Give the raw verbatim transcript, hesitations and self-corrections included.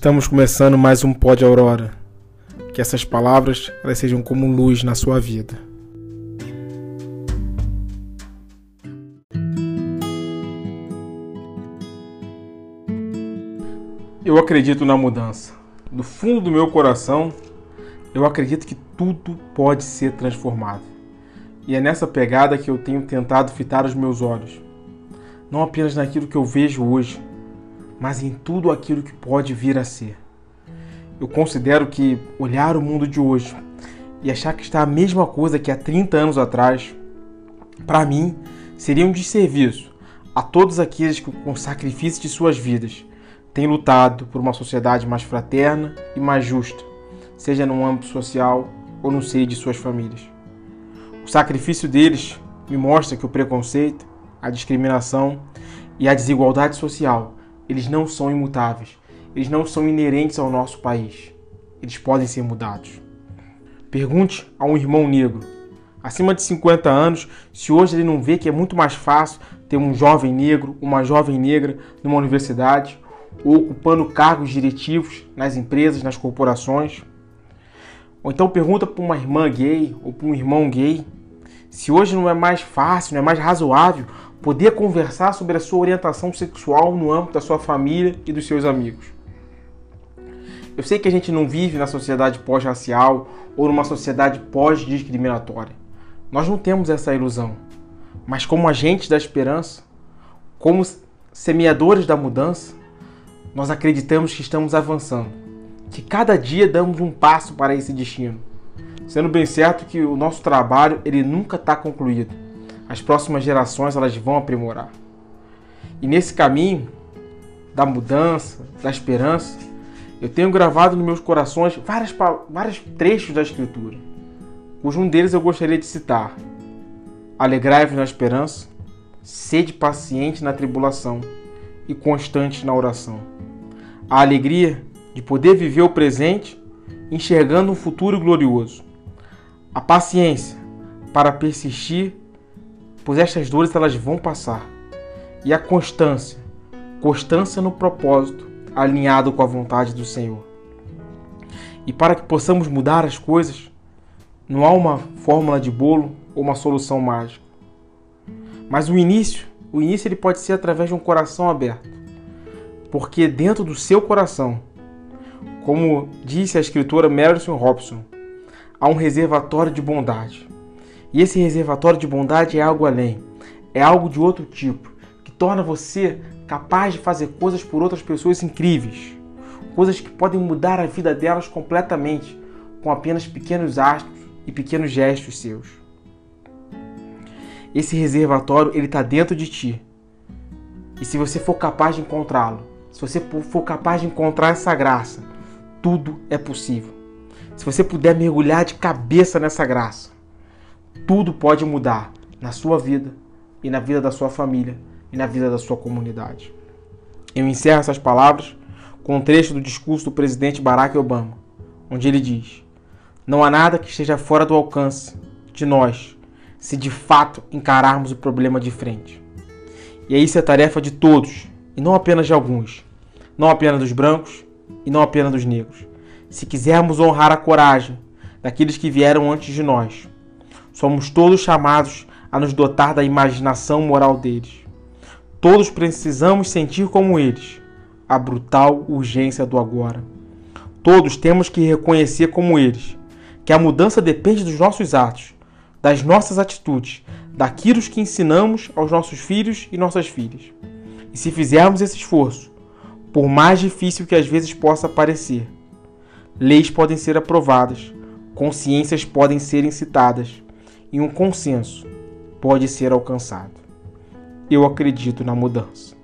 Estamos começando mais um Pod Aurora. Que essas palavras elas sejam como luz na sua vida. Eu acredito na mudança. Do fundo do meu coração, eu acredito que tudo pode ser transformado. E é nessa pegada que eu tenho tentado fitar os meus olhos. Não apenas naquilo que eu vejo hoje, mas em tudo aquilo que pode vir a ser. Eu considero que olhar o mundo de hoje e achar que está a mesma coisa que há trinta anos atrás, para mim, seria um desserviço a todos aqueles que, com sacrifício de suas vidas, têm lutado por uma sociedade mais fraterna e mais justa, seja no âmbito social ou no seio de suas famílias. O sacrifício deles me mostra que o preconceito, a discriminação e a desigualdade social, eles não são imutáveis, eles não são inerentes ao nosso país. Eles podem ser mudados. Pergunte a um irmão negro, acima de cinquenta anos, se hoje ele não vê que é muito mais fácil ter um jovem negro, uma jovem negra numa universidade, ou ocupando cargos diretivos nas empresas, nas corporações. Ou então pergunta para uma irmã gay ou para um irmão gay, se hoje não é mais fácil, não é mais razoável poder conversar sobre a sua orientação sexual no âmbito da sua família e dos seus amigos. Eu sei que a gente não vive na sociedade pós-racial ou numa sociedade pós-discriminatória. Nós não temos essa ilusão. Mas como agentes da esperança, como semeadores da mudança, nós acreditamos que estamos avançando, que cada dia damos um passo para esse destino. Sendo bem certo que o nosso trabalho ele nunca está concluído. As próximas gerações elas vão aprimorar. E nesse caminho da mudança, da esperança, eu tenho gravado nos meus corações várias, vários trechos da Escritura, cujo um deles eu gostaria de citar. Alegrai-vos na esperança, sede paciente na tribulação e constante na oração. A alegria de poder viver o presente, enxergando um futuro glorioso. A paciência para persistir, pois estas dores elas vão passar. E a constância, constância no propósito, alinhado com a vontade do Senhor. E para que possamos mudar as coisas, não há uma fórmula de bolo ou uma solução mágica. Mas o início, o início ele pode ser através de um coração aberto. Porque dentro do seu coração, como disse a escritora Melissa Robson, há um reservatório de bondade. E esse reservatório de bondade é algo além, é algo de outro tipo, que torna você capaz de fazer coisas por outras pessoas incríveis, coisas que podem mudar a vida delas completamente, com apenas pequenos atos e pequenos gestos seus. Esse reservatório ele está dentro de ti. E se você for capaz de encontrá-lo, se você for capaz de encontrar essa graça, tudo é possível. Se você puder mergulhar de cabeça nessa graça, tudo pode mudar na sua vida e na vida da sua família e na vida da sua comunidade. Eu encerro essas palavras com um trecho do discurso do presidente Barack Obama, onde ele diz: não há nada que esteja fora do alcance de nós, se de fato encararmos o problema de frente. E isso é tarefa de todos, e não apenas de alguns, não apenas dos brancos e não apenas dos negros. Se quisermos honrar a coragem daqueles que vieram antes de nós, somos todos chamados a nos dotar da imaginação moral deles. Todos precisamos sentir como eles a brutal urgência do agora. Todos temos que reconhecer como eles que a mudança depende dos nossos atos, das nossas atitudes, daquilo que ensinamos aos nossos filhos e nossas filhas. E se fizermos esse esforço, por mais difícil que às vezes possa parecer, leis podem ser aprovadas, consciências podem ser incitadas e um consenso pode ser alcançado. Eu acredito na mudança.